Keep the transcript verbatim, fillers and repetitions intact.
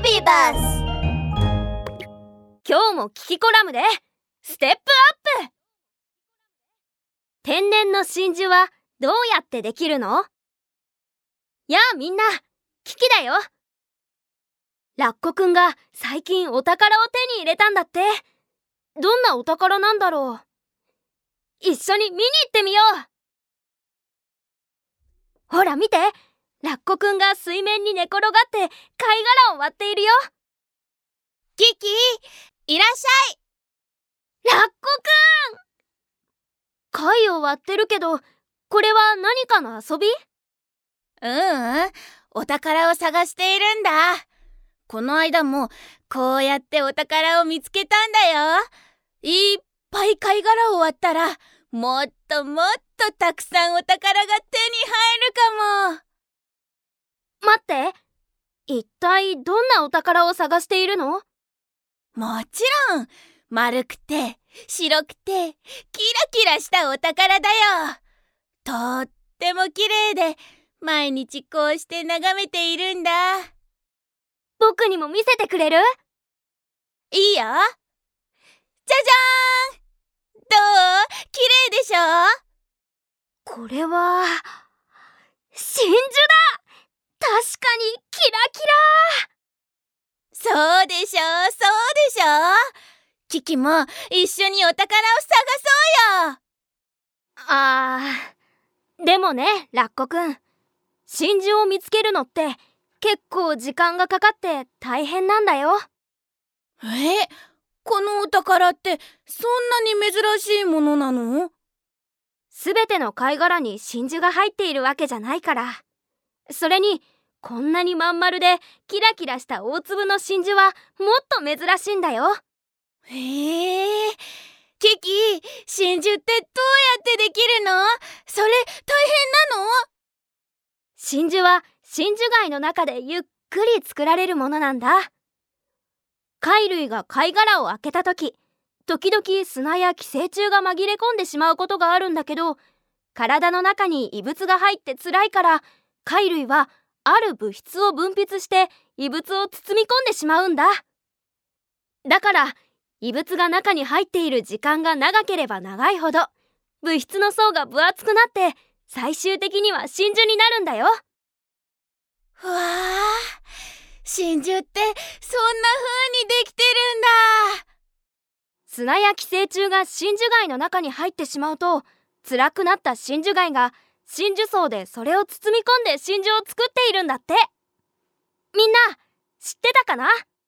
ビバス。 今日もキキコラムでステップアップ。天然の真珠はどうやってできるの？やあみんな、キキだよ。ラッコくんが最近お宝を手に入れたんだって。どんなお宝なんだろう。一緒に見に行ってみよう。ほら見て、ラッコくんが水面に寝転がって貝殻を割っているよ。 キキ、いらっしゃい。 ラッコくん！貝を割ってるけど、これは何かの遊び？ ううん、お宝を探しているんだ。この間もこうやってお宝を見つけたんだよ。いっぱい貝殻を割ったら、もっともっとたくさんお宝が手に入るかも。 待って、一体どんなお宝を探しているの？ もちろん、丸くて白くてキラキラしたお宝だよ。とっても綺麗で、毎日こうして眺めているんだ。 僕にも見せてくれる？ いいよ。じゃじゃーん！どう？綺麗でしょ？ これは真珠だ！確かにキラキラ！そうでしょ、そうでしょ。キキも一緒にお宝を探そうよ。 あー、でもね、ラッコくん、真珠を見つけるのって結構時間がかかって大変なんだよ。 え、このお宝ってそんなに珍しいものなの？ すべての貝殻に真珠が入っているわけじゃないから。それにこんなにまん丸でキラキラした大粒の真珠はもっと珍しいんだよ。 へえ、キキ、真珠ってどうやってできるの？それ大変なの？ 真珠は真珠貝の中でゆっくり作られるものなんだ。貝類が貝殻を開けた時、時々砂や寄生虫が紛れ込んでしまうことがあるんだけど、体の中に異物が入って辛いから、貝類はある物質を分泌して異物を包み込んでしまうんだ。だから異物が中に入っている時間が長ければ長いほど、物質の層が分厚くなって最終的には真珠になるんだよ。 うわあ、真珠ってそんな風にできてるんだ。 砂や寄生虫が真珠貝の中に入ってしまうと、辛くなった真珠貝が真珠層でそれを包み込んで真珠を作っているんだって。みんな知ってたかな？